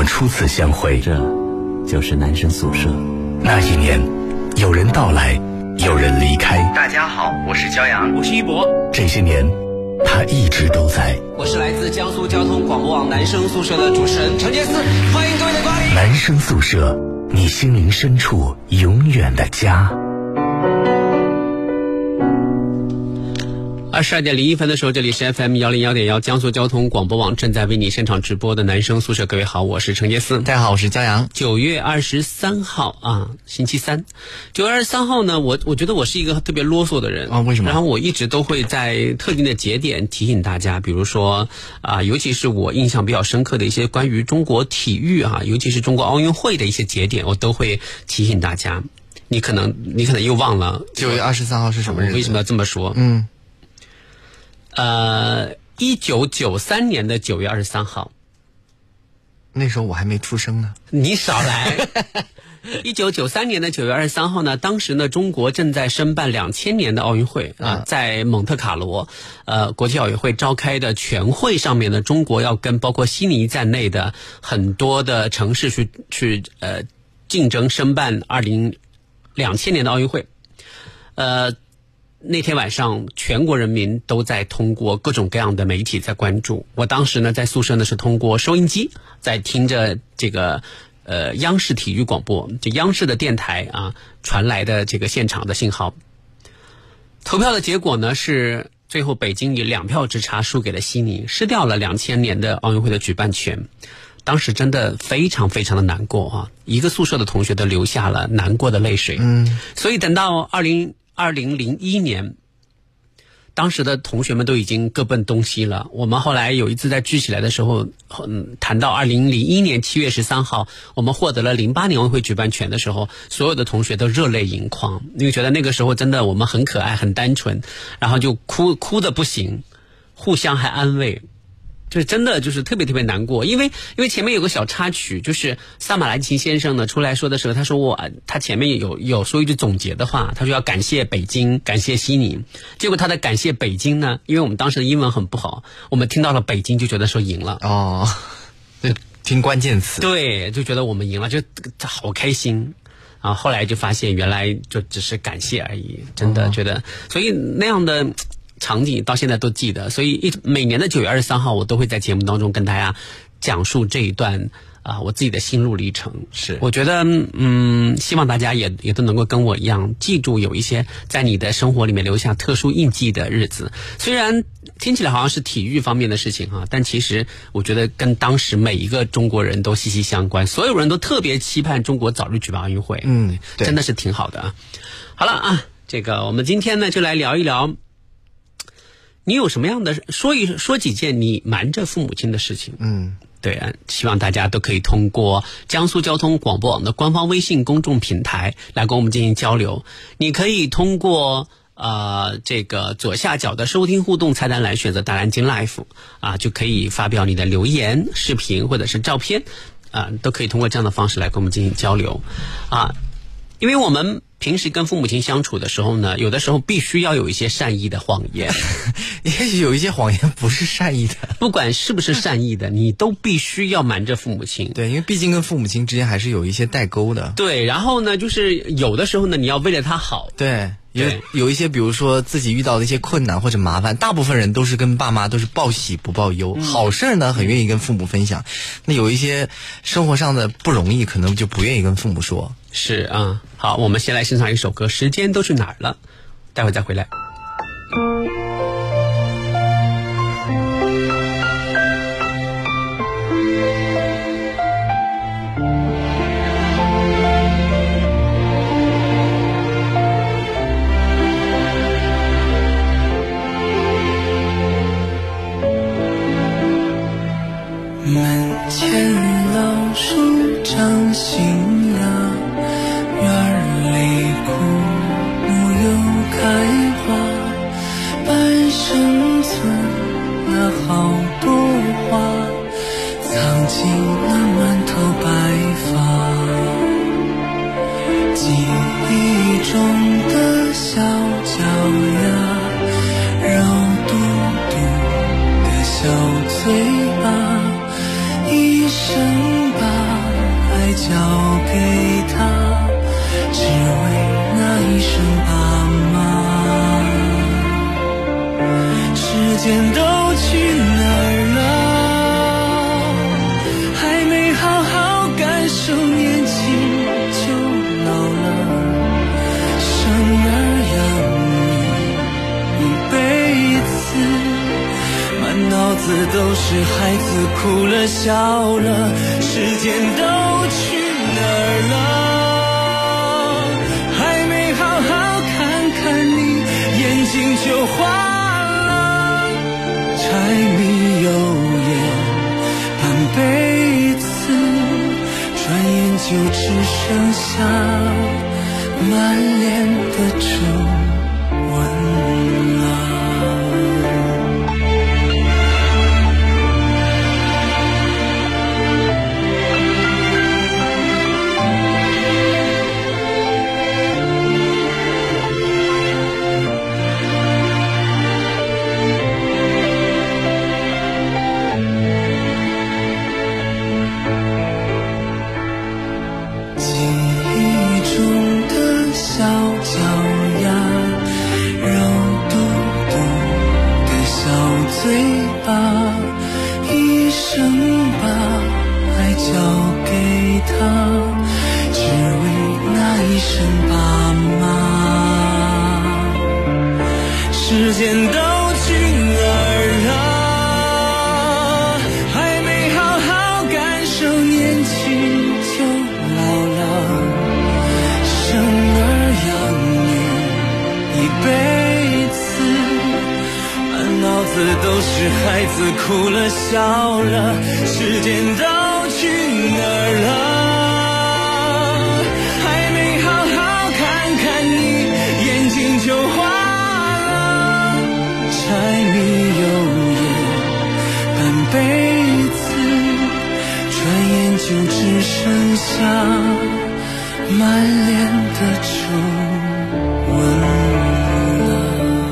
们初次相会， 这就是男生宿舍。 那一年，有人到来，有人离开。 大家好，我是骄阳， 我是一博。 这些年，他一直都在。 我是来自江苏交通广播网男生宿舍的主持人陈杰斯，欢迎各位的光临。 男生宿舍，你心灵深处永远的家。 22:01的时候，这里是 FM101.1江苏交通广播网正在为你现场直播的男生宿舍。各位好，我是陈杰斯。 大家好，我是骄阳。 9月23号啊，星期三。9月23号呢，我觉得我是一个特别啰嗦的人啊，为什么？ 然后我一直都会在特定的节点提醒大家，比如说尤其是我印象比较深刻的一些关于中国体育尤其是中国奥运会的一些节点，我都会提醒大家。你可能又忘了 9月23号是什么日子？ 我为什么要这么说？1993年的9月23号， 那时候我还没出生呢。 你少来。1993年的9月23号呢，当时呢，中国正在申办2000年的奥运会在蒙特卡罗国际奥委会召开的全会上面呢，中国要跟包括悉尼在内的很多的城市去竞争申办2000年的奥运会。那天晚上，全国人民都在通过各种各样的媒体在关注。我当时呢，在宿舍呢是通过收音机在听着这个央视体育广播，就央视的电台传来的这个现场的信号。投票的结果呢是最后北京以2票之差输给了悉尼，失掉了2000年的奥运会的举办权。当时真的非常非常的难过一个宿舍的同学都流下了难过的泪水。所以等到2001年，当时的同学们都已经各奔东西了。我们后来有一次在聚起来的时候，谈到2001年7月13号，我们获得了08年奥运会举办权的时候，所有的同学都热泪盈眶，因为觉得那个时候真的我们很可爱、很单纯，然后就哭得不行，互相还安慰。就是真的就是特别特别难过，因为前面有个小插曲，就是萨马兰奇先生呢出来说的时候，他说他前面有说一句总结的话，他说要感谢北京，感谢悉尼。结果他的感谢北京呢，因为我们当时的英文很不好，我们听到了北京就觉得说赢了听关键词， 对，就觉得我们赢了，就好开心。后来就发现原来就只是感谢而已，真的觉得，所以那样的场景到现在都记得，所以每年的9月23号我都会在节目当中跟大家讲述这一段我自己的心路历程。 是， 我觉得希望大家也都能够跟我一样记住有一些在你的生活里面留下特殊印记的日子。虽然听起来好像是体育方面的事情但其实我觉得跟当时每一个中国人都息息相关，所有人都特别期盼中国早日举办奥运会。 对， 真的是挺好的好了这个我们今天呢就来聊一聊，你有什么样的说几件你瞒着父母亲的事情。对希望大家都可以通过江苏交通广播网的官方微信公众平台来跟我们进行交流。你可以通过这个左下角的收听互动菜单栏选择大蓝鲸 Life 就可以发表你的留言、视频或者是照片都可以通过这样的方式来跟我们进行交流因为我们平时跟父母亲相处的时候呢，有的时候必须要有一些善意的谎言。 也许有一些谎言不是善意的， 不管是不是善意的，你都必须要瞒着父母亲。 对，因为毕竟跟父母亲之间还是有一些代沟的。 对，然后呢，就是有的时候呢，你要为了他好。 对，有一些比如说自己遇到的一些困难或者麻烦，大部分人都是跟爸妈都是报喜不报忧，好事呢很愿意跟父母分享，那有一些生活上的不容易可能就不愿意跟父母说。 是好，我们先来欣赏一首歌，时间都去哪儿了，待会再回来。 门前老树长新芽，院里枯木又开花，半生存了好多话，藏进了满头白发。记忆中的小脚丫，肉嘟嘟的小嘴巴，一生把爱交给他，只为那一声爸妈。时间都去哪儿了？还没好好感受年轻就老了。生儿养女一辈子，满脑子都是孩子哭了笑了。时间都去哪儿了？还没好好看看你，眼睛就花。柴米油盐半辈子，转眼就只剩下满脸的皱纹了。嘴巴一生把爱交给他，只为那一声爸妈。时间都去哪儿了？还没好好感受年轻就老了。生儿养女一辈子，满脑子都是孩子哭了笑了。时间都去哪儿了？还没好好看看你，眼睛就花了。柴米油盐半辈子，转眼就只剩下满脸的皱纹了。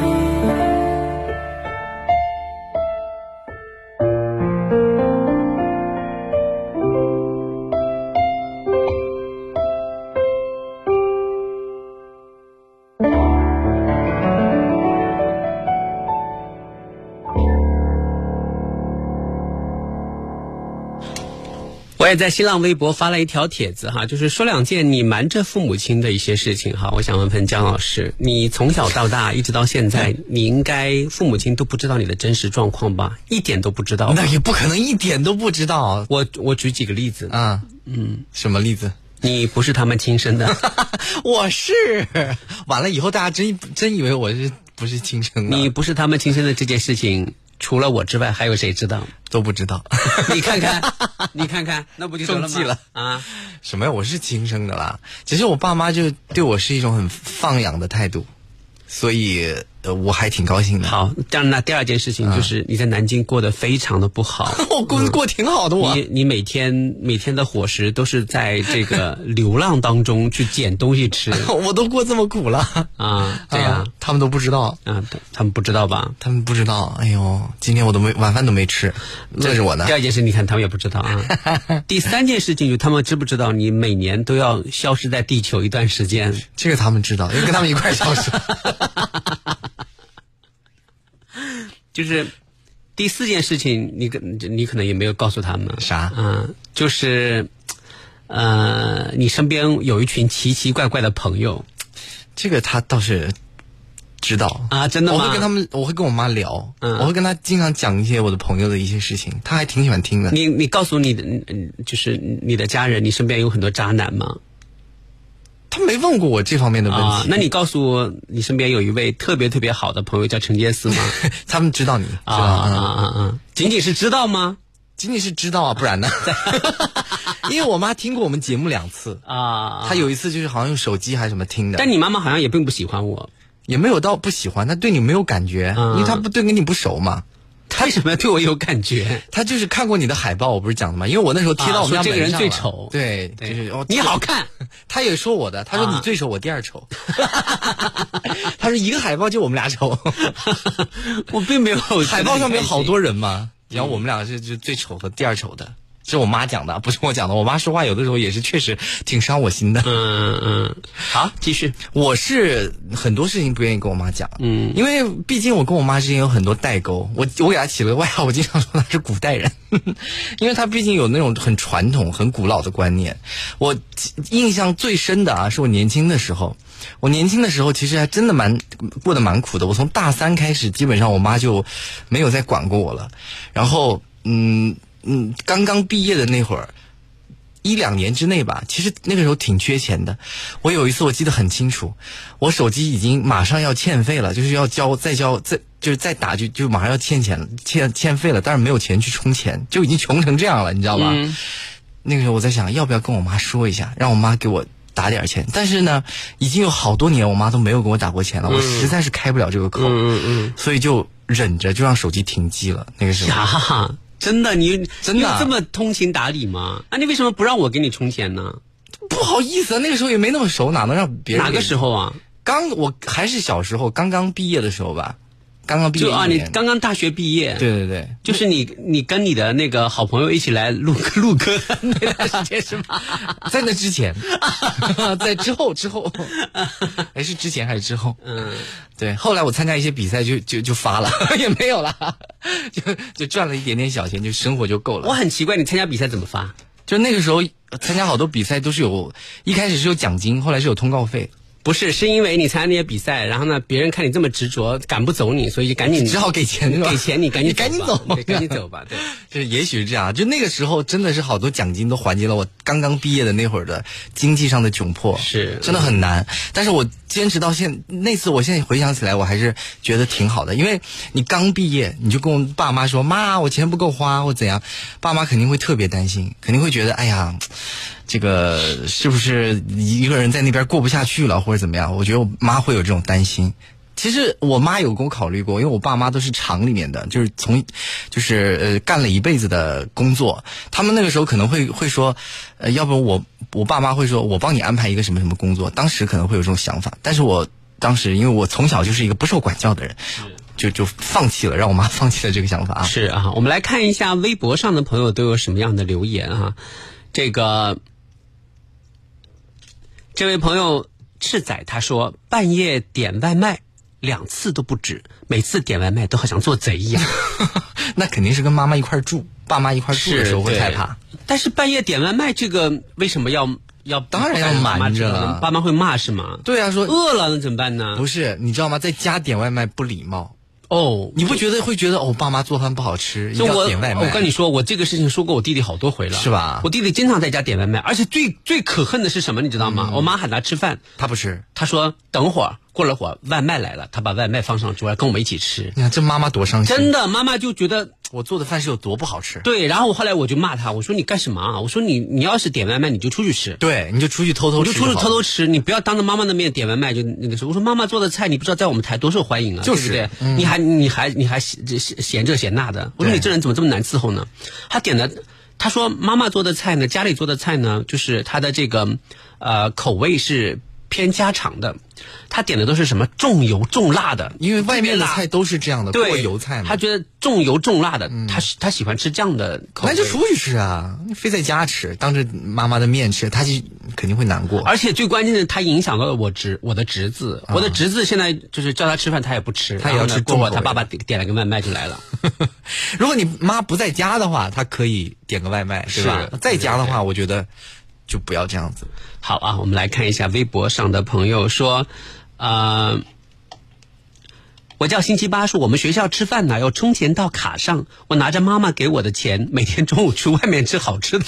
我也在新浪微博发了一条帖子哈，就是说两件你瞒着父母亲的一些事情哈。我想问问姜老师，你从小到大一直到现在，你应该父母亲都不知道你的真实状况吧？一点都不知道。 那也不可能一点都不知道。 我举几个例子啊，什么例子？ 你不是他们亲生的。 我是。完了以后大家真以为我不是亲生的。 你不是他们亲生的这件事情，除了我之外还有谁知道？ 都不知道。 你看看，那不就得了吗？ 中计了啊！ 什么呀？我是亲生的啦。其实我爸妈就对我是一种很放养的态度，所以我还挺高兴的。 好，那第二件事情就是你在南京过得非常的不好。 我过挺好的我。 你每天的伙食都是在这个流浪当中去捡东西吃。 我都过这么苦了啊！对呀， 他们都不知道啊，他们不知道吧？ 他们不知道。哎呦，今天我都晚饭都没吃，乐着我呢。 第二件事，你看他们也不知道啊。第三件事情就他们知不知道你每年都要消失在地球一段时间？ 这个他们知道，因为跟他们一块消失。 就是第四件事情，你可能也没有告诉他们啥？ 就是你身边有一群奇奇怪怪的朋友。 这个他倒是知道啊，真的吗？ 我会跟我妈聊，我会跟她经常讲一些我的朋友的一些事情，她还挺喜欢听的。 你告诉你的就是你的家人，你身边有很多渣男吗？ 他没问过我这方面的问题。 那你告诉我，你身边有一位特别特别好的朋友叫陈杰斯吗？ 他们知道你仅仅是知道吗？ 仅仅是知道啊，不然呢？因为我妈听过我们节目2次啊，她有一次就是好像用手机还是什么听的。 但你妈妈好像也并不喜欢我， 也没有到不喜欢，她对你没有感觉，因为她跟你不熟嘛。 他为什么要对我有感觉？ 他就是看过你的海报，我不是讲的吗？因为我那时候贴到我们家门上了。这个人最丑， 对，就是你好看。 他也说我的，他说你最丑，我第二丑。他说一个海报就我们俩丑。 我并没有。 海报上面有好多人嘛，然后我们俩是最丑和第二丑的。 是我妈讲的，不是我讲的。我妈说话有的时候也是确实挺伤我心的。 好，继续。 我是很多事情不愿意跟我妈讲，因为毕竟我跟我妈之间有很多代沟。我给她起了个外号，我经常说她是古代人，因为她毕竟有那种很传统、很古老的观念。我印象最深的是我年轻的时候。我年轻的时候其实还真的过得蛮苦的。我从大3开始，基本上我妈就没有再管过我了。然后刚刚毕业的那会儿，1-2年之内吧，其实那个时候挺缺钱的。我有一次我记得很清楚，我手机已经马上要欠费了，就是要再打就马上要欠费了，但是没有钱去充钱，就已经穷成这样了，你知道吧？那个时候我在想，要不要跟我妈说一下，让我妈给我打点钱。但是呢，已经有好多年我妈都没有给我打过钱了，我实在是开不了这个口，所以就忍着，就让手机停机了。那个时候呀，真的，你真的有这么通情达理吗？你为什么不让我给你充钱呢？ 不好意思，那个时候也没那么熟，哪能让别人？ 哪个时候啊？ 我还是小时候，刚刚毕业的时候吧。刚刚毕业你刚刚大学毕业， 对对对， 就是你跟你的那个好朋友一起来录歌那段时间是吗？ 在那之前，在之后，是之前还是之后？对，后来我参加一些比赛就发了，也没有了，就赚了一点点小钱，就生活就够了。 我很奇怪，你参加比赛怎么发？ 就那个时候参加好多比赛都是一开始是有奖金，后来是有通告费。 不是，是因为你参加那些比赛，然后呢，别人看你这么执着，赶不走你，所以就赶紧只好给钱， 给钱你赶紧走， 赶紧走吧。对， 就是也许是这样。就那个时候真的是好多奖金都缓解了我刚刚毕业的那会儿的经济上的窘迫， 是真的很难。但是我坚持到那次我现在回想起来，我还是觉得挺好的，因为你刚毕业，你就跟我爸妈说，妈，我钱不够花或怎样，爸妈肯定会特别担心，肯定会觉得，哎呀。这个是不是一个人在那边过不下去了，或者怎么样？我觉得我妈会有这种担心。其实我妈有跟我考虑过，因为我爸妈都是厂里面的，就是干了一辈子的工作。他们那个时候可能会说，要不我爸妈会说我帮你安排一个什么什么工作。当时可能会有这种想法，但是我当时因为我从小就是一个不受管教的人，就放弃了，让我妈放弃了这个想法。 是啊，我们来看一下微博上的朋友都有什么样的留言啊。这位朋友赤仔他说，半夜点外卖2次都不止，每次点外卖都好像做贼一样。 那肯定是跟妈妈一块住，爸妈一块住的时候会害怕。 但是半夜点外卖这个为什么要当然要瞒着了， 爸妈会骂是吗？ 对啊，说饿了那怎么办呢？ 不是，你知道吗？在家点外卖不礼貌。 你不会觉得爸妈做饭不好吃，一定要点外卖？ 我跟你说，我这个事情说过我弟弟好多回了， 是吧？ 我弟弟经常在家点外卖，而且最可恨的是什么，你知道吗？我妈喊他吃饭， 他不吃， 他说等会儿，过了会儿外卖来了，他把外卖放上桌来跟我们一起吃。 你看这妈妈多伤心， 真的，妈妈就觉得我做的饭是有多不好吃。 对，然后后来我就骂他，我说你干什么啊？我说你要是点外卖你就出去吃， 对，你就出去偷偷吃， 你就出去偷偷吃，你不要当着妈妈的面点外卖。就那个时候，我说妈妈做的菜你不知道在我们台多受欢迎啊， 就是对不对？你还嫌这嫌那的，我说你这人怎么这么难伺候呢？他说妈妈做的菜呢，家里做的菜呢，就是他的这个口味是偏家常的，他点的都是什么重油重辣的， 因为外面的菜都是这样的，过油菜嘛。 他觉得重油重辣的，他喜欢吃这样的口味。 那就出去吃啊，非在家吃，当着妈妈的面吃，他就肯定会难过。 而且最关键的，他影响到了我的侄子，我的侄子现在就是叫他吃饭他也不吃， 他也要吃重口味。 他爸爸点了个外卖就来了。 如果你妈不在家的话，他可以点个外卖，对吧？在家的话，我觉得就不要这样子。 好啊，我们来看一下微博上的朋友说，我叫星期八，说我们学校吃饭呢要充钱到卡上，我拿着妈妈给我的钱，每天中午去外面吃好吃的。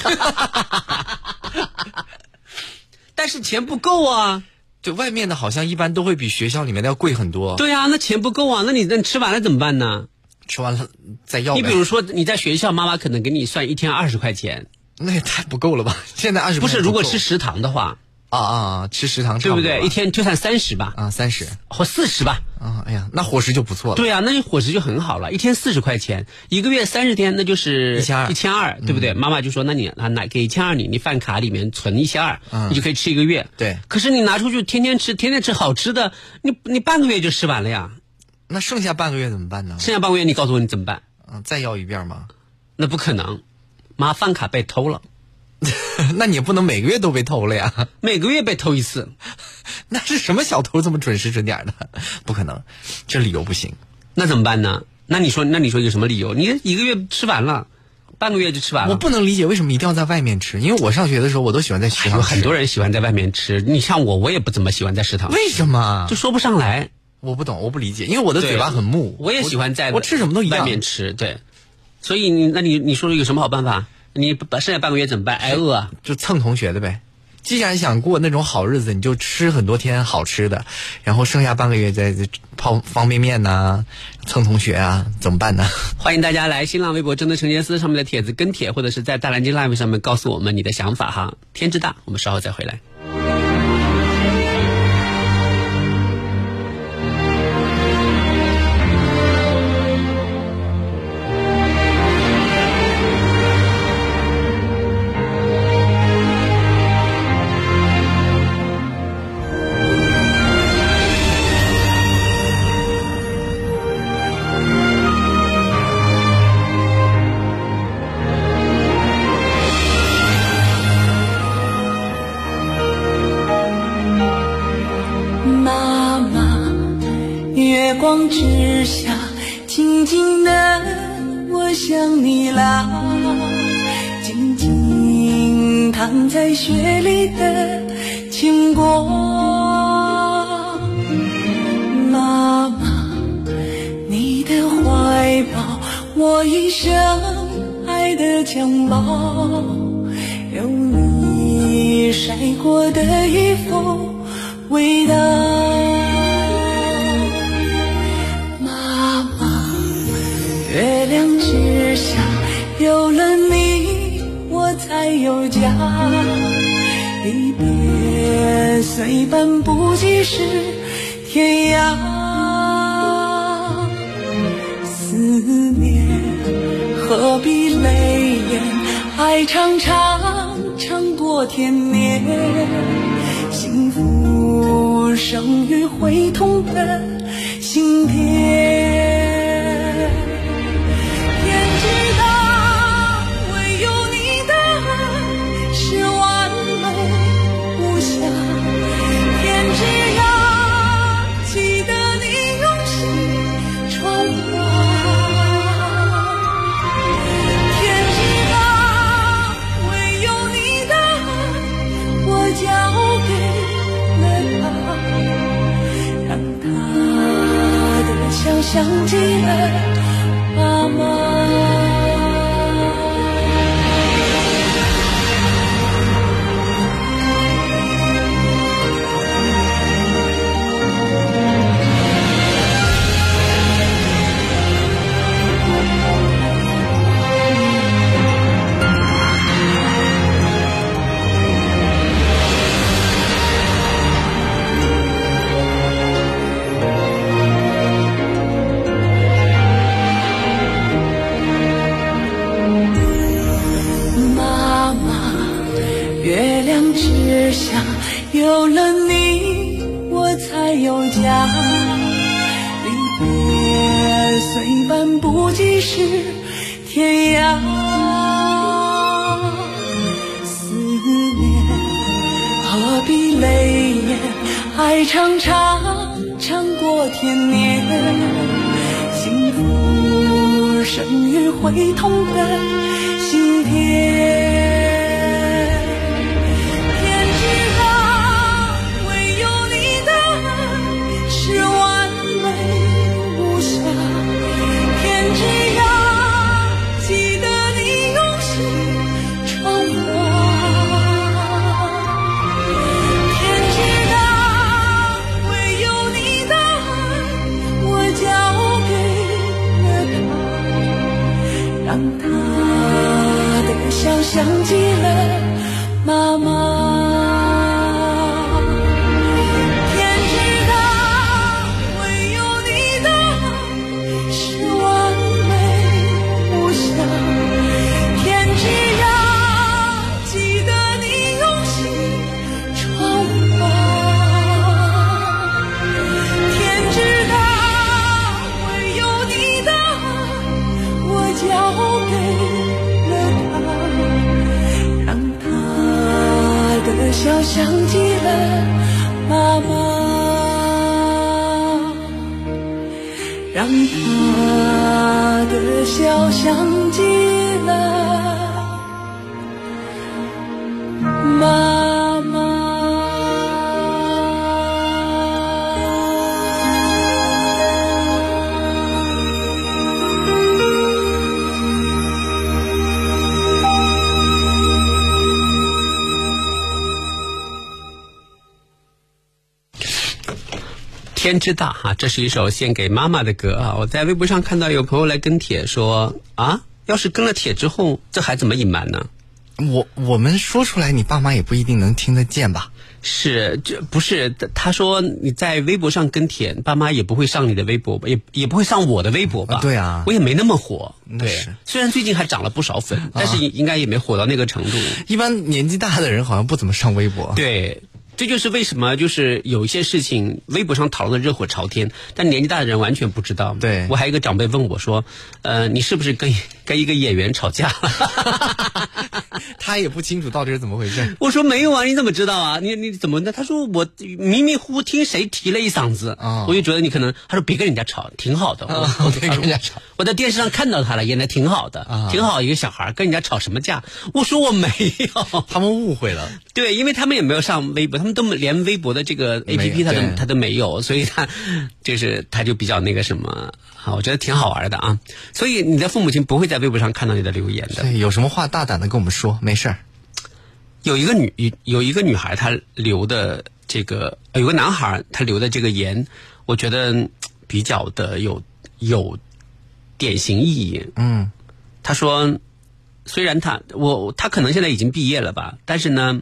但是钱不够啊。 对，外面的好像一般都会比学校里面的要贵很多。 对啊，那钱不够啊，那你吃完了怎么办呢？ 吃完了再要呗。 你比如说你在学校，妈妈可能给你算一天20块钱。 那也太不够了吧？现在20块不是，如果吃食堂的话， 吃食堂对不对？一天就算30吧 ，30 或40吧。 哎呀，那伙食就不错了。 对啊，那伙食就很好了，一天40块钱，一个月30天，那就是1200，对不对？妈妈就说，那你给1200，你饭卡里面存1200，你就可以吃一个月。 对。 可是你拿出去天天吃好吃的，你半个月就吃完了呀。 那剩下半个月怎么办呢？ 剩下半个月你告诉我你怎么办？ 再要一遍吗？ 那不可能。 妈饭卡被偷了。 那你也不能每个月都被偷了呀， 每个月被偷一次。 那是什么小偷这么准时准点的？不可能，这理由不行。 那怎么办呢？那你说有什么理由？你一个月吃完了，半个月就吃完了。 我不能理解为什么一定要在外面吃，因为我上学的时候我都喜欢在食堂吃。 很多人喜欢在外面吃，你像我也不怎么喜欢在食堂吃。 为什么？ 就说不上来。 我不懂，我不理解，因为我的嘴巴很木。 我也喜欢在我吃什么都一样外面吃，对。所以你说有什么好办法？你把剩下半个月怎么办？挨饿啊？ 就蹭同学的呗。既然想过那种好日子，你就吃很多天好吃的，然后剩下半个月再泡方便面呐，蹭同学啊，怎么办呢？ 欢迎大家来新浪微博真的陈杰斯上面的帖子跟帖，或者是在大蓝鲸 Live 上面告诉我们你的想法哈。天之大，我们稍后再回来。 月光之下，静静的我想你啦，静静躺在雪里的牵挂。妈妈，你的怀抱，我一生爱的襁褓，有你晒过的衣服味道。月亮之下，有了你，我才有家。离别虽半步即是天涯，思念何必泪眼，爱长长长过天年。幸福生于会痛的心田。想起了妈妈。有了你，我才有家。离别虽半步即是天涯，思念何必泪眼，爱长长长过天年。幸福生于会痛的心田。想起了妈妈。天知道，唯有你的爱是完美无瑕。天知道，记得你用心闯祸。天知道，唯有你的爱我交给了他。 笑想起了妈妈，让她的笑想起了妈妈。 天之大哈，这是一首献给妈妈的歌啊！我在微博上看到有朋友来跟帖说啊，要是跟了帖之后，这还怎么隐瞒呢？ 我们说出来，你爸妈也不一定能听得见吧？ 是，这不是他说你在微博上跟帖，爸妈也不会上你的微博吧，也不会上我的微博吧？ 对啊， 我也没那么火。对是， 虽然最近还涨了不少粉，但是应该也没火到那个程度。 一般年纪大的人好像不怎么上微博。 对。这就是为什么就是有一些事情微博上讨论的热火朝天，但年纪大的人完全不知道。 对， 我还有一个长辈问我说，你是不是跟一个演员吵架了？ 他也不清楚到底是怎么回事。 我说没有啊，你怎么知道啊？你怎么的？他说我迷迷糊糊听谁提了一嗓子，我就觉得你可能，他说别跟人家吵，挺好的。 我别跟人家吵， 我在电视上看到他了，演的挺好的，挺好一个小孩，跟人家吵什么架？我说我没有， 他们误会了。 对，因为他们也没有上微博，他们都连微博的这个 APP 他都没有，所以他就比较那个什么啊，我觉得挺好玩的啊。所以你的父母亲不会在微博上看到你的留言的。 对，有什么话大胆的跟我们说，没事儿。 有一个女孩，她留的这个，有个男孩他留的这个言，我觉得比较的有典型意义。他说，虽然他可能现在已经毕业了吧，但是呢，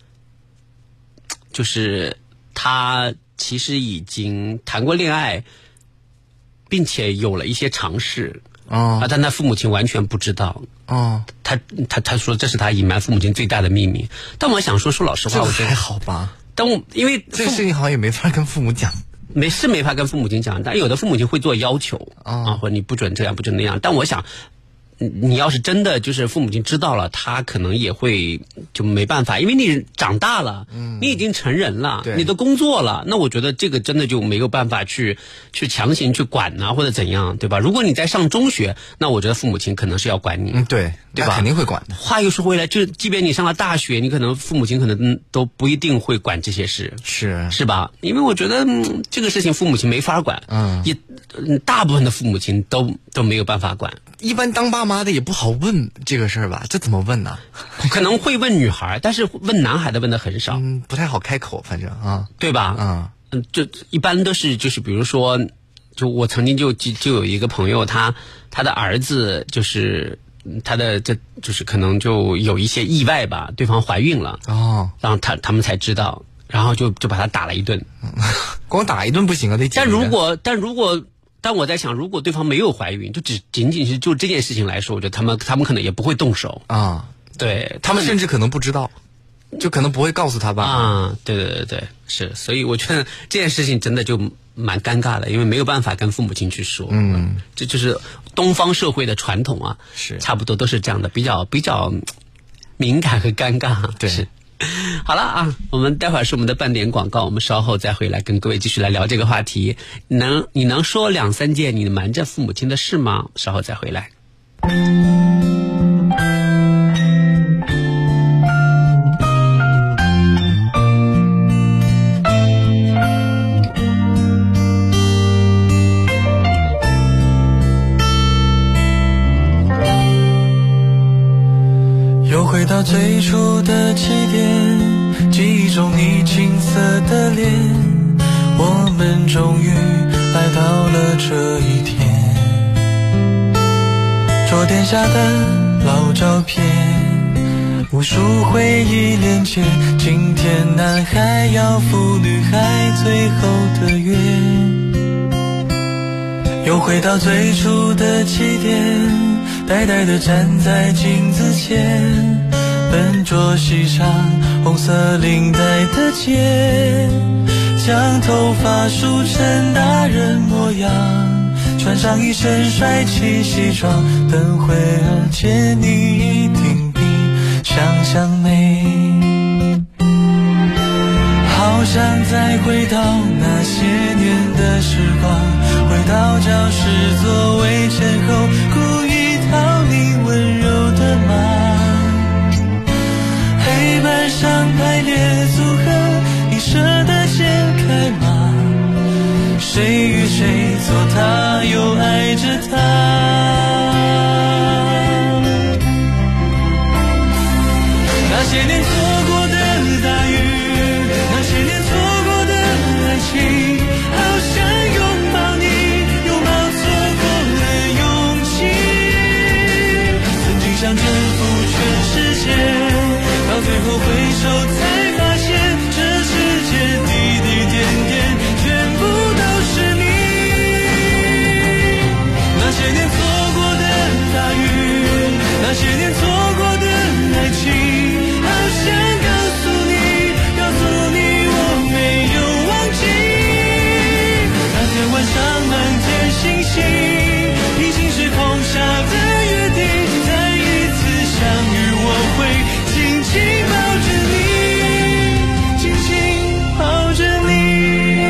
就是他其实已经谈过恋爱，并且有了一些尝试。但他父母亲完全不知道。他说这是他隐瞒父母亲最大的秘密。但我想说老实话，我觉得还好吧。 因为这个事情好像也没法跟父母讲。 没法跟父母亲讲，但有的父母亲会做要求或者你不准这样不准那样。但我想，你要是真的就是父母亲知道了，他可能也会就没办法，因为你长大了，你已经成人了，你都工作了，那我觉得这个真的就没有办法去强行去管或者怎样，对吧？如果你在上中学，那我觉得父母亲可能是要管你， 对吧？肯定会管的。 话又说回来，就即便你上了大学，你可能父母亲可能都不一定会管这些事，是吧？因为我觉得这个事情父母亲没法管，也大部分的父母亲都没有办法管。 一般当爸妈的也不好问这个事儿吧？这怎么问呢？ 可能会问女孩，但是问男孩的问的很少， 不太好开口，反正对吧？就一般都是就是比如说，就我曾经就有一个朋友，他的儿子就是他的就是可能就有一些意外吧，对方怀孕了然后他们才知道，然后就把他打了一顿。 光打一顿不行啊，得。 但我在想，如果对方没有怀孕，就仅仅是就这件事情来说，我觉得他们可能也不会动手对， 他们甚至可能不知道，就可能不会告诉他吧对，是，所以我觉得这件事情真的就蛮尴尬的，因为没有办法跟父母亲去说。这就是东方社会的传统是差不多都是这样的，比较敏感和尴尬。 对。 是好了我们待会儿是我们的半点广告，我们稍后再回来跟各位继续来聊这个话题。你能说2-3件你瞒着父母亲的事吗？稍后再回来。 又回到最初的起点，记忆中你青涩的脸，我们终于来到了这一天。桌垫下的老照片，无数回忆连接，今天男孩要赴女孩最后的约。又回到最初的起点，呆呆地站在镜子前，笨拙细长红色领带的结，将头发梳成大人模样，穿上一身帅气西装，等会儿见你一定比想象美。 到那些年的时光，回到教室座位前后，故意讨你温柔的骂。黑板上排列组合，你舍得解开吗？谁与谁做他，又爱着他。那些年错过的大雨，那些年错过的爱情，好想拥抱你，拥抱错过的勇气。曾经想征服全世界，到最后回首才发现，这世界滴滴点点全部都是你。那些年错过的大雨，那些年错过的爱情，好想告诉你我没有忘记。那天晚上满天星星，平行时空下的约定，再一次相遇我会紧紧抱着你，紧紧抱着你。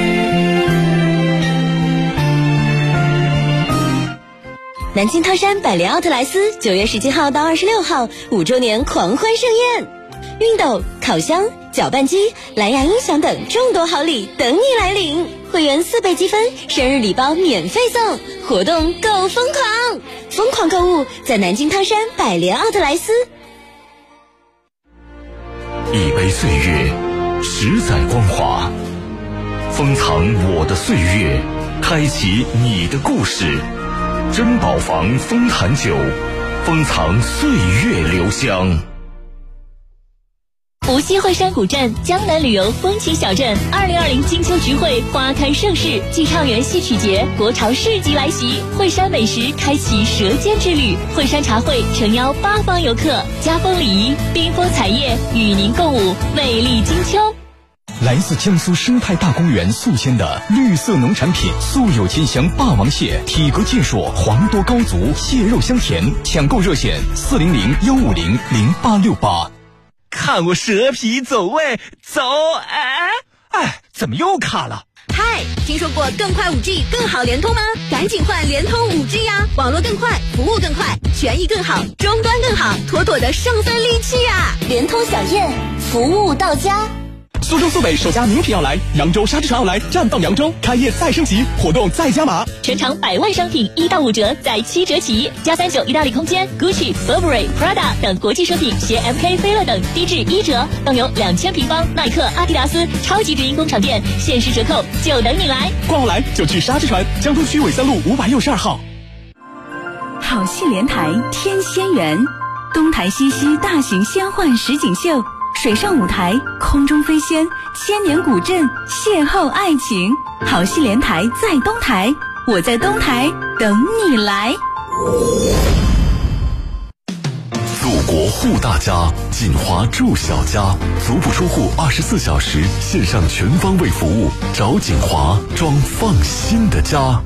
南京汤山百联奥特莱斯9月17号到26号5周年狂欢盛宴，熨斗、烤箱、搅拌机、蓝牙音响等众多好礼等你来领，会员4倍积分，生日礼包免费送，活动够疯狂！疯狂购物在南京汤山百联奥特莱斯。 一杯岁月10载光华，封藏我的岁月，开启你的故事。珍宝坊丰坛酒，封藏岁月留香。 无锡惠山古镇江南旅游风情小镇2020金秋菊会花开盛世，继畅园戏曲节、国潮市集来袭，惠山美食开启舌尖之旅。惠山茶会诚邀8方游客，家风礼仪、缤纷彩叶与您共舞美丽金秋。 来自江苏生态大公园宿迁的绿色农产品，素有金香霸王蟹，体格健硕，黄多高足，蟹肉香甜。抢购热线400-150-0868。 看我蛇皮走位，走！哎，怎么又卡了？ 嗨，听说过更快 5G 更好联通吗？赶紧换联通 5G 呀！网络更快，服务更快，权益更好，终端更好，妥妥的胜分利器呀！ 联通小燕，服务到家。 苏州苏北首家名品奥莱，扬州沙之船奥莱绽放扬州，开业再升级，活动再加码， 全场100万商品1到5折，再7折起。+39意大利空间、Gucci、Burberry、Prada 等国际奢品，携 MK、飞乐等低至1折，更有2000平方耐克、阿迪达斯超级直营工厂店，限时折扣就等你来。 逛奥莱就去沙之船，江东区纬3路562号。 好戏连台天仙缘，东台西溪大型仙幻实景秀，水上舞台，空中飞仙，千年古镇，邂逅爱情。好戏连台在东台，我在东台等你来。 祖国护大家，锦华住小家，足不出户24小时线上全方位服务，找锦华装放心的家。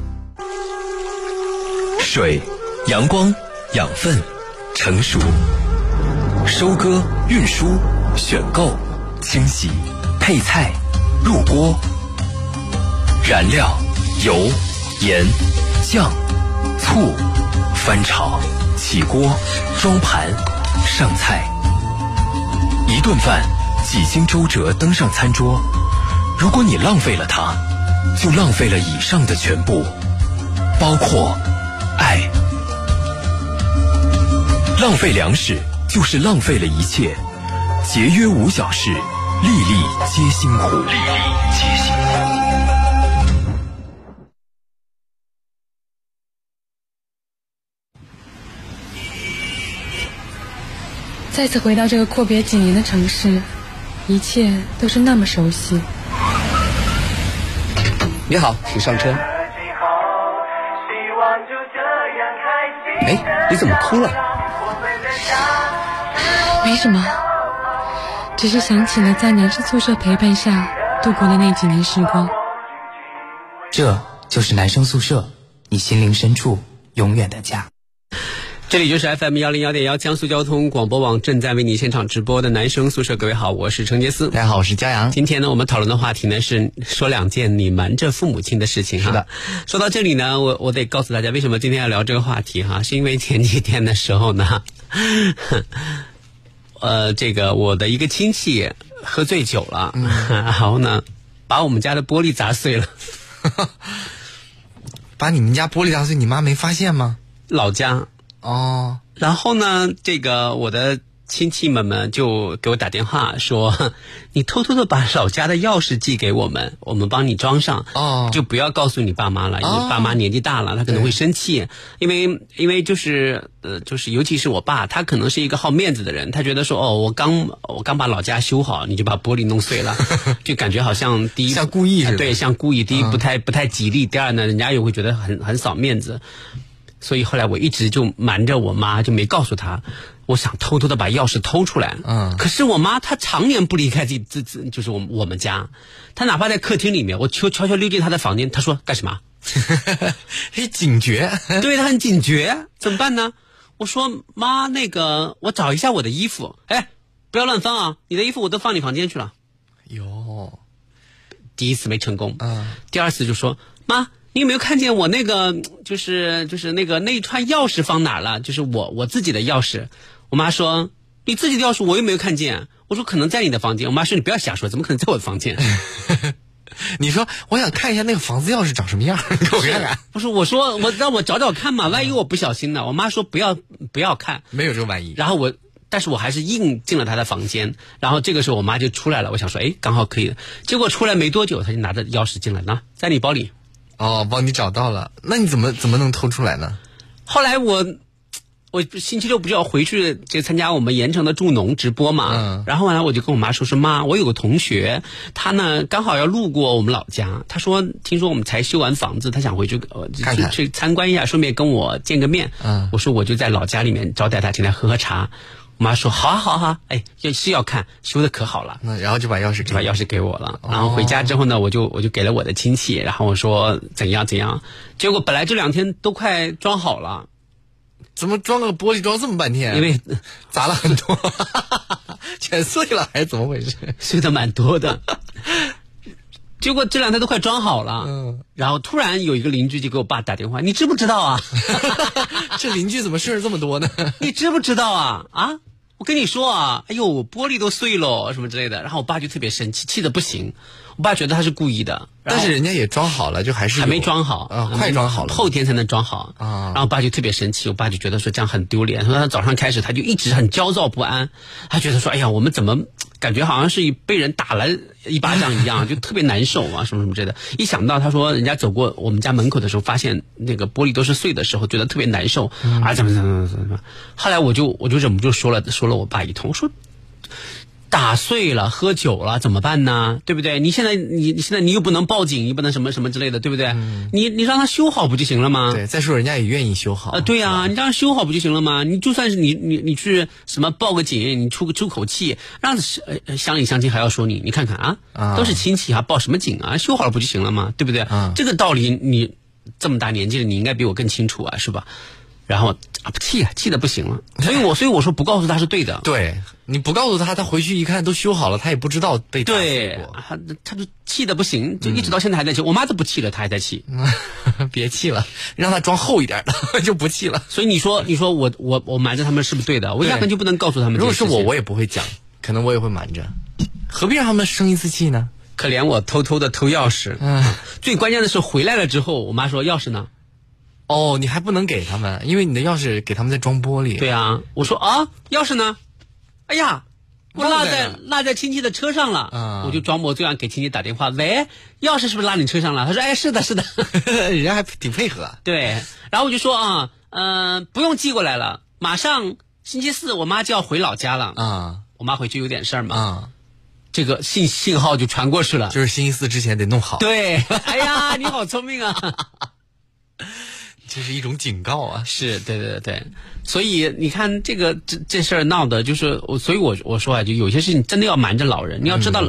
水、阳光、养分、成熟、收割、运输、选购、清洗、配菜、入锅，燃料、油、盐、酱、醋，翻炒、起锅、装盘、上菜。一顿饭几经周折登上餐桌，如果你浪费了它，就浪费了以上的全部，包括爱。浪费粮食就是浪费了一切，节约无小事，粒粒皆辛苦，粒粒皆辛苦。 再次回到这个阔别几年的城市，一切都是那么熟悉。 你好，请上车。哎，你怎么哭了？ 没什么，只是想起了在男生宿舍陪伴下度过的那几年时光。 这就是男生宿舍，你心灵深处永远的家。 这里就是 FM101.1江苏交通广播网正在为你现场直播的男生宿舍，各位好，我是程杰思。 大家好，我是嘉阳。 今天呢，我们讨论的话题呢是说2件你瞒着父母亲的事情哈。 是的。 说到这里呢，我得告诉大家为什么今天要聊这个话题哈，是因为前几天的时候呢，这个我的一个亲戚喝醉酒了，然后呢，把我们家的玻璃砸碎了。 把你们家玻璃砸碎，你妈没发现吗？ 老家。 哦， 然后呢，这个我的亲戚们就给我打电话说，你偷偷的把老家的钥匙寄给我们，我们帮你装上。 哦， 就不要告诉你爸妈了，因为爸妈年纪大了，他可能会生气。因为就是尤其是我爸，他可能是一个好面子的人，他觉得说我刚把老家修好，你就把玻璃弄碎了，就感觉好像第一像故意似的。 对，像故意。第一不太吉利，第二呢，人家也会觉得很扫面子。所以后来我一直就瞒着我妈，就没告诉她，我想偷偷的把钥匙偷出来。可是我妈她常年不离开就是我们家，她哪怕在客厅里面，我悄悄溜进她的房间，她说干什么？ 是警觉。 对，她很警觉，怎么办呢？我说妈，那个我找一下我的衣服。哎，不要乱放啊，你的衣服我都放你房间去了。 哟， 第一次没成功。第二次就说妈，你有没有看见我那个就是那一串钥匙放哪了？就是我自己的钥匙。我妈说你自己的钥匙我又没有看见。我说可能在你的房间。我妈说你不要瞎说，怎么可能在我的房间？ 你说我想看一下那个房子钥匙长什么样，你给我看看。 不是，我说让我找找看嘛，万一我不小心呢？我妈说不要看， 没有这个万一。 然后但是我还是硬进了她的房间，然后这个时候我妈就出来了，我想说刚好可以。结果出来没多久，她就拿着钥匙进来了，在你包里。 哦，帮你找到了，那你怎么能偷出来呢？ 后来我星期六不就要回去参加我们盐城的助农直播嘛，然后完了我就跟我妈说妈，我有个同学，他呢刚好要路过我们老家，他说听说我们才修完房子，他想回去看看去参观一下，顺便跟我见个面。我说我就在老家里面招待他进来喝喝茶。我妈说好啊，哎，是要看，修的可好了。 然后就把钥匙给我了。然后回家之后呢，我就给了我的亲戚，然后我说怎样，结果本来这2天都快装好了， 怎么装个玻璃装这么半天？ 因为砸了很多，全碎了还是怎么回事？ 碎的蛮多的。结果这2天都快装好了，然后突然有一个邻居就给我爸打电话，你知不知道啊？ 这邻居怎么事儿这么多呢？ 你知不知道啊？我跟你说啊，哎呦，玻璃都碎了什么之类的，然后我爸就特别生气，气得不行。我爸觉得他是故意的， 但是人家也装好了，就还没装好快装好了， 后天才能装好然后我爸就特别生气，我爸就觉得说这样很丢脸，说他早上开始他就一直很焦躁不安，他觉得说哎呀，我们怎么感觉好像是被人打了一巴掌一样，就特别难受啊，什么之类的。一想到他说人家走过我们家门口的时候，发现那个玻璃都是碎的时候，觉得特别难受怎么。后来我就忍不住说了我爸一通，我说打碎了，喝酒了怎么办呢？对不对？你现在你又不能报警，你不能什么什么之类的，对不对？你让他修好不就行了吗？ 对，再说人家也愿意修好。 对啊，你让他修好不就行了吗？你就算是你去什么报个警，你出口气，让乡里乡亲还要说你看看都是亲戚报什么警啊？修好了不就行了吗？对不对？这个道理你这么大年纪了，你应该比我更清楚啊，是吧？然后气得不行了，所以我说不告诉他是对的。 对，你不告诉他，他回去一看都修好了，他也不知道被打碎过。 他就气得不行，就一直到现在还在气。我妈都不气了，他还在气。 别气了，让他装厚一点的就不气了。 所以你说我瞒着他们是不是对的？我压根就不能告诉他们。 如果是我也不会讲，可能我也会瞒着。何必让他们生一次气呢？ 可怜我偷偷的偷钥匙。最关键的是回来了之后，我妈说钥匙呢？ 你还不能给他们，因为你的钥匙给他们在装玻璃。 对啊，我说钥匙呢？哎呀，我落在亲戚的车上了。我就装模作样给亲戚打电话，喂，钥匙是不是落你车上了？他说，哎，是的， 人家还挺配合。 对，然后我就说不用寄过来了，马上星期4我妈就要回老家了。我妈回去有点事儿嘛。这个信号就传过去了， 就是星期4之前得弄好。 对，哎呀，你好聪明啊。 这是一种警告啊！ 是，对，所以你看这事儿闹的，就是所以我说就有些事情真的要瞒着老人，你要知道了，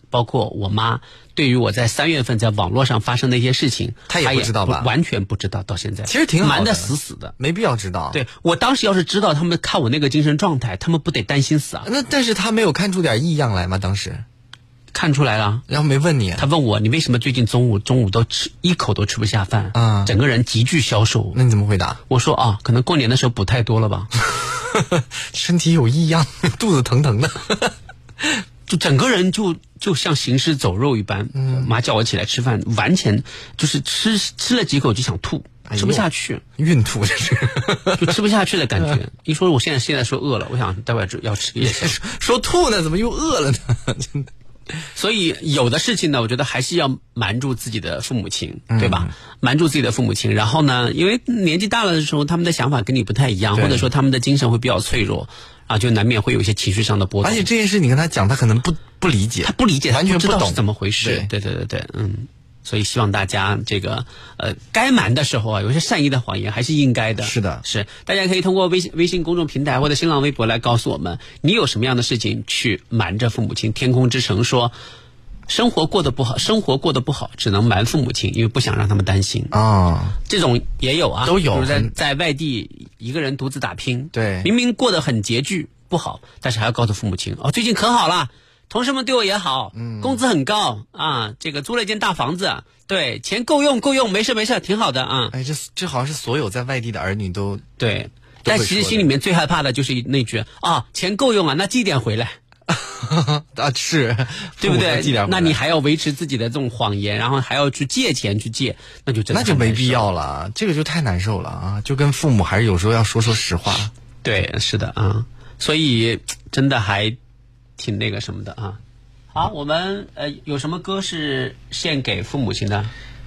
包括我妈，对于我在3月份在网络上发生的一些事情， 她也不知道吧？ 完全不知道，到现在其实挺好的， 瞒得死死的， 没必要知道。 对，我当时要是知道他们看我那个精神状态，他们不得担心死啊？ 那但是他没有看出点异样来吗？当时看出来了， 然后没问你， 他问我你为什么最近中午都一口都吃不下饭啊， 整个人急剧消瘦。 那你怎么回答？ 我说啊，可能过年的时候补太多了吧， 身体有异样，肚子疼疼的。 就整个人就像行尸走肉一般。妈叫我起来吃饭，完全就是吃了几口就想吐，吃不下去， 孕吐这是， 就吃不下去的感觉。一说我现在说饿了，我想待会儿要吃夜宵。 说吐呢，怎么又饿了呢？ 所以有的事情呢，我觉得还是要瞒住自己的父母亲，对吧？瞒住自己的父母亲，然后呢，因为年纪大了的时候，他们的想法跟你不太一样，或者说他们的精神会比较脆弱。啊，就难免会有一些情绪上的波动， 而且这件事你跟他讲，他可能不理解， 他不理解， 完全不懂懂怎么回事。对，所以希望大家这个该瞒的时候啊，有些善意的谎言还是应该的。 是的， 是大家可以通过微信公众平台或者新浪微博来告诉我们，你有什么样的事情去瞒着父母亲。天空之城说，生活过得不好，只能瞒父母亲，因为不想让他们担心啊。 这种也有啊， 都有。 比如在外地一个人独自打拼， 对， 明明过得很拮据不好，但是还要告诉父母亲，最近可好了，同事们对我也好，工资很高啊，这个租了一间大房子，对，钱够用，没事，挺好的啊。 哎，这好像是所有在外地的儿女都对，但其实心里面最害怕的就是那句啊，钱够用啊，那寄点回来。 啊，是对不对？那你还要维持自己的这种谎言，然后还要去借钱去借，那就没必要了，这个就太难受了啊！就跟父母还是有时候要说实话。 对，是的啊，所以真的还挺那个什么的啊。好，我们有什么歌是献给父母亲的？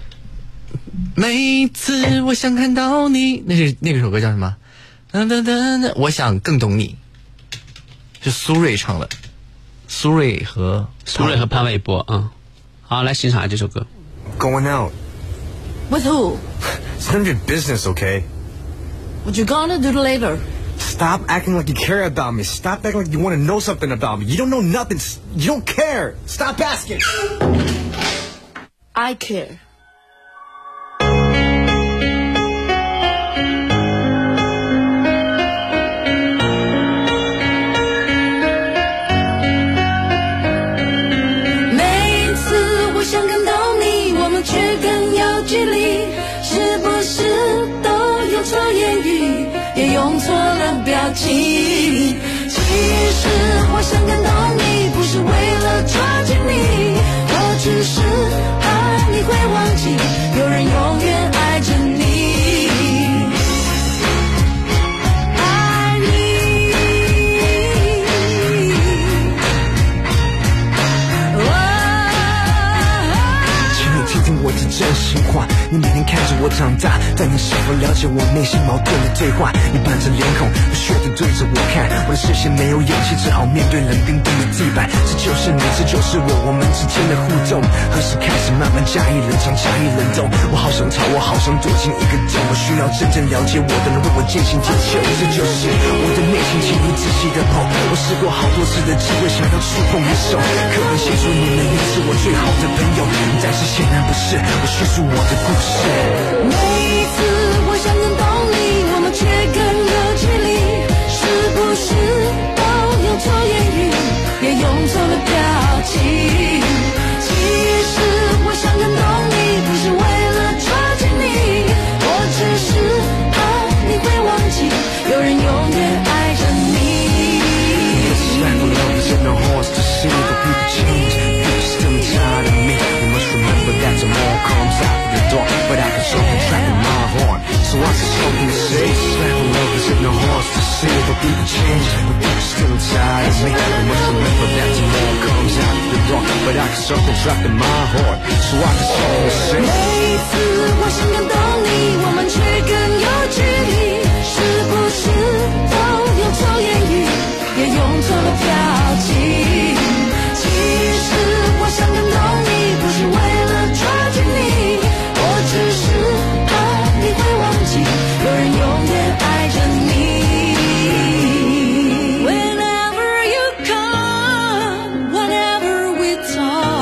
每次我想看到你，那个首歌叫什么？我想更懂你，是苏芮唱的。苏芮和潘玮柏啊，好，来欣赏这首歌。 Going out. With who? It's none of your business, okay? What you gonna do later? Stop acting like you care about me. Stop acting like you want to know something about me. You don't know nothing. You don't care. Stop asking. I care. It's 也用错了表情。其实我想感动你，不是为了抓紧你，我只是怕你会忘记，有人永远爱着你。 我的真心话，你每天看着我长大，但你是否了解我内心矛盾的对话？你板着脸孔，不屑地对着我看，我的视线没有勇气，只好面对冷冰冰的地板。这就是你，这就是我们之间的互动。何时开始慢慢加以冷藏，加以冷冻？我好想逃，我好想躲进一个洞，我需要真正了解我的人为我渐行渐修。这就是我的内心，请你仔细的碰。我试过好多次的机会，想要触碰你手，可能写出你们也是我最好的朋友，但是显然不是。我叙述我的故事。 每一次我想更懂你，我们却更有距离，是不是都用错言语，也用错了表情？其实我想更懂你，不是为了抓紧你，我只是怕你会忘记，有人永远爱着你。 This life of love is in the hearts to see, but people change, people still tired of me. Remember that tomorrow comes after the dark, but I can show them trapped in my heart. So I just hope you say, this life of love is in the hearts to see, but people change, but people still tired of me. I must remember that tomorrow comes after the dark, but I can show them trapped in my heart. So I just hope you say. 每一次我想感动你，我们却更有距离，是不是都用错言语，也用错了表情？其实我想更懂你，不是为了抓紧你，我只是怕你会忘记，有人永远爱着你。Whenever you come, whenever we talk,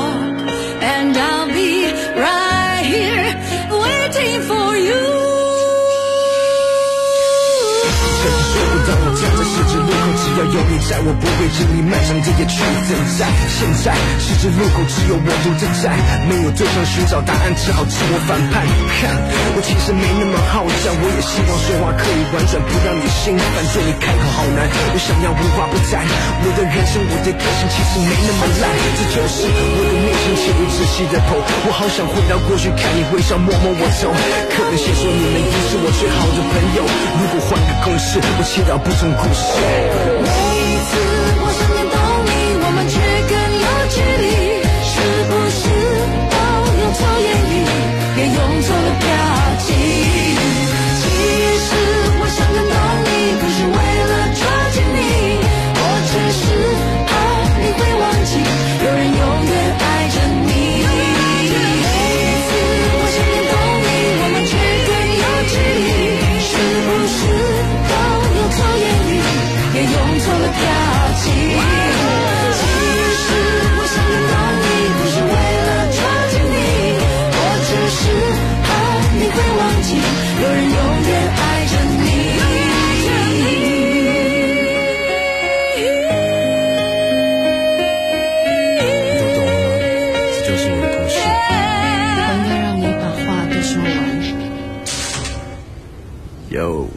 在，我不会经历漫长的夜去等待。现在十字路口只有我独自在，没有对象寻找答案，只好自我反叛。看，我其实没那么好战，我也希望说话可以婉转，不让你心烦。对你开口好难，我想要无话不谈。我的人生，我的个性其实没那么烂，这就是我的内心潜意识细的头。我好想回到过去，看你微笑，摸摸我头。可能先说你们已是我最好的朋友，如果换个公式，我祈祷不同故事。 每一次我想念懂你，我们却更有距离，是不是都用错言语，也用错了表情？其实我想更懂你，不是为了抓紧你，我只是怕你会忘记，有人永远爱着你。每一次我想念懂你，我们却更有距离，是不是都用错言语，也用错了表情？其实我想更懂你，不是为了抓紧你，我只是怕你会忘记，有人永远爱着你。 有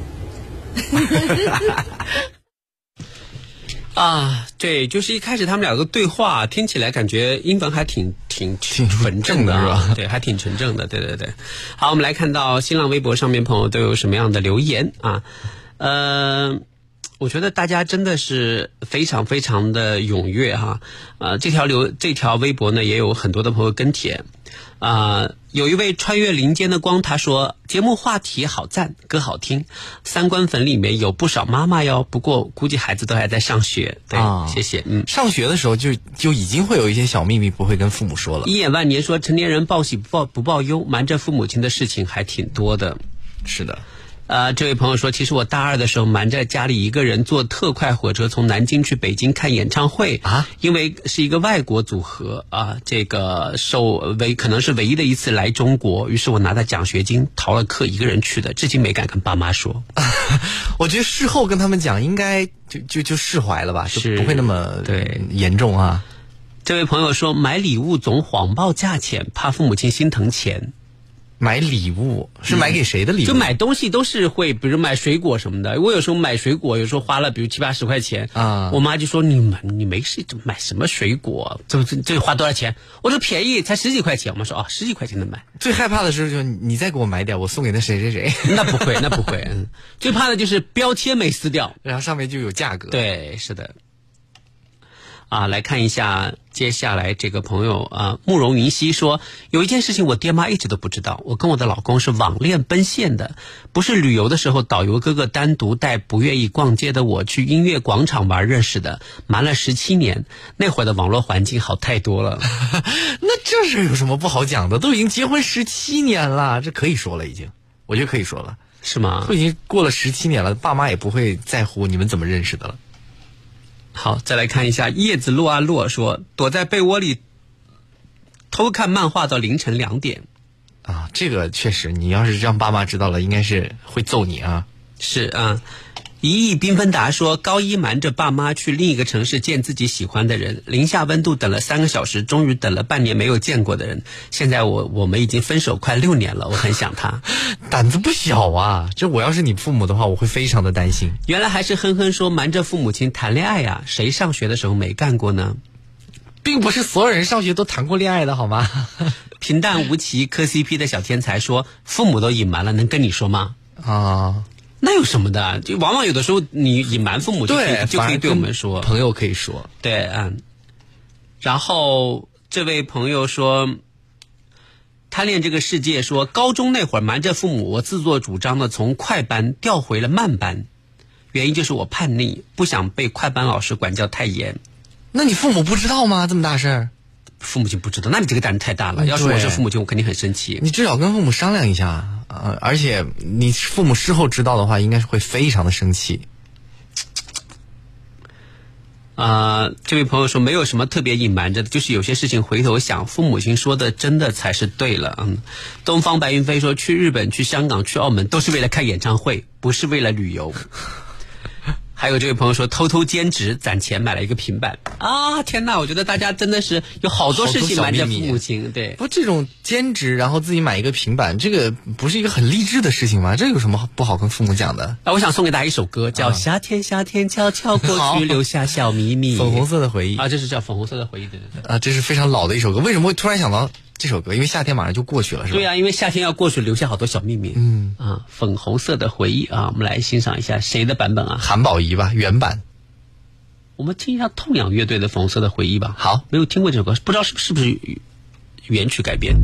啊，对，就是一开始他们两个对话，听起来感觉英文还挺纯正的，是吧？对，还挺纯正的，对对对。好，我们来看到新浪微博上面朋友都有什么样的留言啊？我觉得大家真的是非常非常的踊跃哈。这条微博呢也有很多的朋友跟帖。有一位穿越林间的光，他说节目话题好赞，歌好听，三观粉里面有不少妈妈哟，不过估计孩子都还在上学。对，谢谢。 上学的时候就已经会有一些小秘密不会跟父母说了。 一眼万年说成年人报喜不报忧，瞒着父母亲的事情还挺多的。 是的。 这位朋友说，其实我大二的时候瞒着家里一个人坐特快火车从南京去北京看演唱会啊，因为是一个外国组合啊，这个可能是唯一的一次来中国，于是我拿着奖学金逃了课，一个人去的，至今没敢跟爸妈说。 我觉得事后跟他们讲，应该就释怀了吧，就不会那么严重啊。 这位朋友说，买礼物总谎报价钱，怕父母亲心疼钱。 买礼物是买给谁的礼物？ 就买东西都是会，比如买水果什么的。我有时候买水果，有时候花了比如70-80块钱啊，我妈就说你没事买什么水果？这花多少钱？我说便宜，才10几块钱。我妈说10几块钱能买。 最害怕的时候就是你再给我买点，我送给那谁谁谁。 那不会，那不会。最怕的就是标签没撕掉， 然后上面就有价格。 对，是的。来看一下接下来这个朋友慕容云溪说，有一件事情我爹妈一直都不知道，我跟我的老公是网恋奔现的，不是旅游的时候导游哥哥单独带不愿意逛街的我去音乐广场玩认识的，瞒了17年，那会儿的网络环境好太多了。 那这事有什么不好讲的？都已经结婚17年了，这可以说了，我觉得可以说了。 是吗？ 都已经过了17年了，爸妈也不会在乎你们怎么认识的了。 好，再来看一下叶子落啊落说，躲在被窝里偷看漫画到凌晨2点啊，这个确实，你要是让爸妈知道了，应该是会揍你啊。 是啊。一亿缤纷达说，高一瞒着爸妈去另一个城市见自己喜欢的人，零下温度等了3个小时，终于等了半年没有见过的人。现在我们已经分手快6年了，我很想他。 胆子不小啊！这我要是你父母的话，我会非常的担心。 原来还是哼哼说瞒着父母亲谈恋爱呀，谁上学的时候没干过呢？ 并不是所有人上学都谈过恋爱的好吗？ 平淡无奇磕 CP 的小天才说，父母都隐瞒了，能跟你说吗？ 啊。 那有什么的？就往往有的时候你隐瞒父母就可以对我们说， 朋友可以说。 对，然后这位朋友说，贪恋这个世界说，高中那会儿瞒着父母，我自作主张的从快班调回了慢班，原因就是我叛逆，不想被快班老师管教太严。 那你父母不知道吗？这么大事儿？ 父母亲不知道，那你这个胆子太大了。要是我是父母亲，我肯定很生气。 你至少跟父母商量一下，而且你父母事后知道的话，应该是会非常的生气。 这位朋友说，没有什么特别隐瞒着的，就是有些事情回头想，父母亲说的真的才是对了。东方白云飞说，去日本、去香港、去澳门都是为了看演唱会，不是为了旅游。 还有这位朋友说偷偷兼职攒钱买了一个平板啊！天哪，我觉得大家真的是有好多事情瞒着父母亲。对， 不，这种兼职然后自己买一个平板，这个不是一个很励志的事情吗？这有什么不好跟父母讲的？ 我想送给大家一首歌，叫《夏天夏天悄悄过去，留下小秘密》， 粉红色的回忆啊，这是叫粉红色的回忆，对对对啊，这是非常老的一首歌。为什么会突然想到这首歌？因为夏天马上就过去了，是吧？ 对啊，因为夏天要过去，留下好多小秘密。粉红色的回忆啊，我们来欣赏一下谁的版本啊？ 韩宝仪吧，原版。 我们听一下痛仰乐队的《粉红色的回忆》吧。 好， 没有听过这首歌，不知道是不是原曲改编。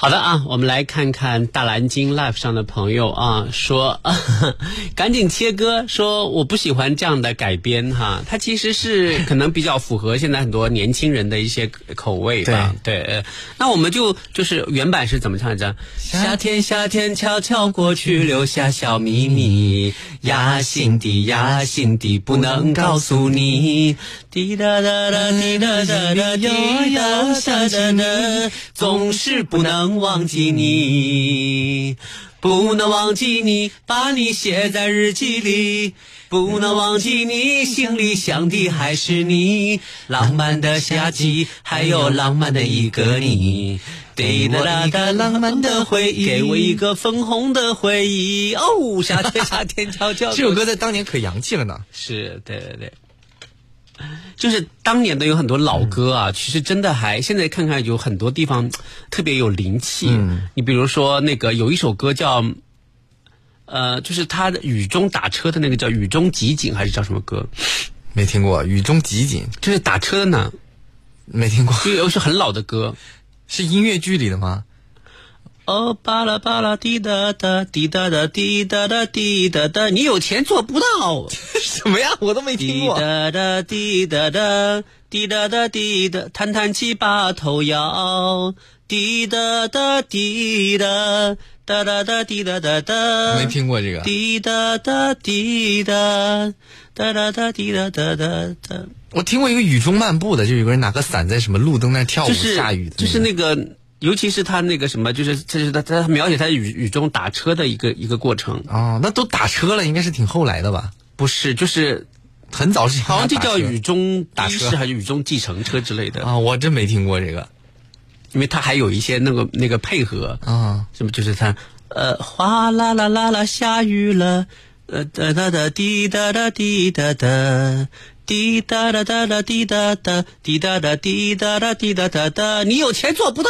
好的啊，我们来看看大蓝鲸 Live 上的朋友啊，说赶紧切歌，说我不喜欢这样的改编哈，它其实是可能比较符合现在很多年轻人的一些口味吧。对，那我们就是原版是怎么唱着？夏天夏天悄悄过去，留下小秘密，呀心底不能告诉你，滴答答答滴答答答滴答答答，总是不能忘记你，不能忘记你，把你写在日记里，不能忘记你，心里想的还是你，浪漫的夏季，还有浪漫的一个你，给我一个浪漫的回忆，给我一个粉红的回忆。哦，夏天夏天悄悄。 这首歌在当年可洋气了呢。 是，对。就是当年的有很多老歌啊，其实真的现在看看有很多地方特别有灵气。你比如说那个有一首歌叫就是他的雨中打车的那个叫雨中集锦还是叫什么歌？ 没听过。雨中集锦就是打车的呢？ 没听过。 又是很老的歌， 是音乐剧里的吗？ 哦，巴拉巴拉滴答答滴答答滴答答滴答答，你有钱做不到。 什么呀？我都没听过。 滴答答滴答答滴答答滴答，弹弹起把头摇，滴答答滴答哒哒哒滴答答答。 没听过这个。 滴答答滴答哒哒哒滴答答答哒。 我听过一个雨中漫步的，就有个人拿个伞在什么路灯那跳舞，下雨的， 就是那个。尤其是他那个什么，就是他描写他雨中打车的一个过程。 哦，那都打车了，应该是挺后来的吧？ 不是，就是很早之前， 好像就叫雨中打车还是雨中计程车之类的啊。我真没听过这个， 因为他还有一些那个配合啊， 什么就是他哗啦啦啦啦下雨了，哒哒哒滴哒哒滴哒哒。滴答答答答滴答答滴答答滴答答滴答答答，你有钱做不到。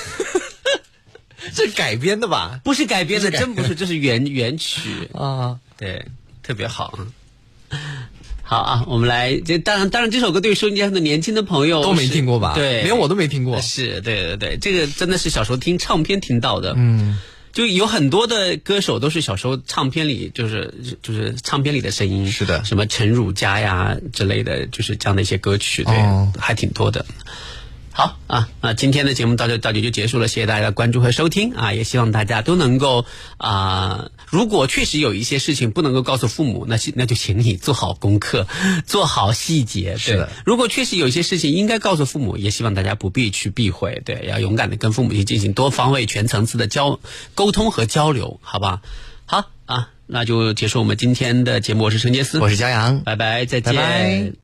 这改编的吧？ 不是改编的，真不是，这是原曲啊。 对，特别好。好啊，我们来，当然这首歌对收音机上的年轻的朋友都没听过吧？ 对， 连我都没听过。 是，对，这个真的是小时候听唱片听到的。就有很多的歌手都是小时候唱片里就是唱片里的声音。 是的， 什么陈汝佳呀之类的，就是这样的一些歌曲，对，还挺多的。好啊，今天的节目到这就结束了，谢谢大家的关注和收听啊！也希望大家都能够如果确实有一些事情不能够告诉父母，那就请你做好功课，做好细节。 是的， 如果确实有一些事情应该告诉父母，也希望大家不必去避讳，对，要勇敢的跟父母去进行多方位、全层次的沟通和交流，好吧？好啊，那就结束我们今天的节目。我是陈杰斯， 我是骄阳， 拜拜，再见。 拜拜。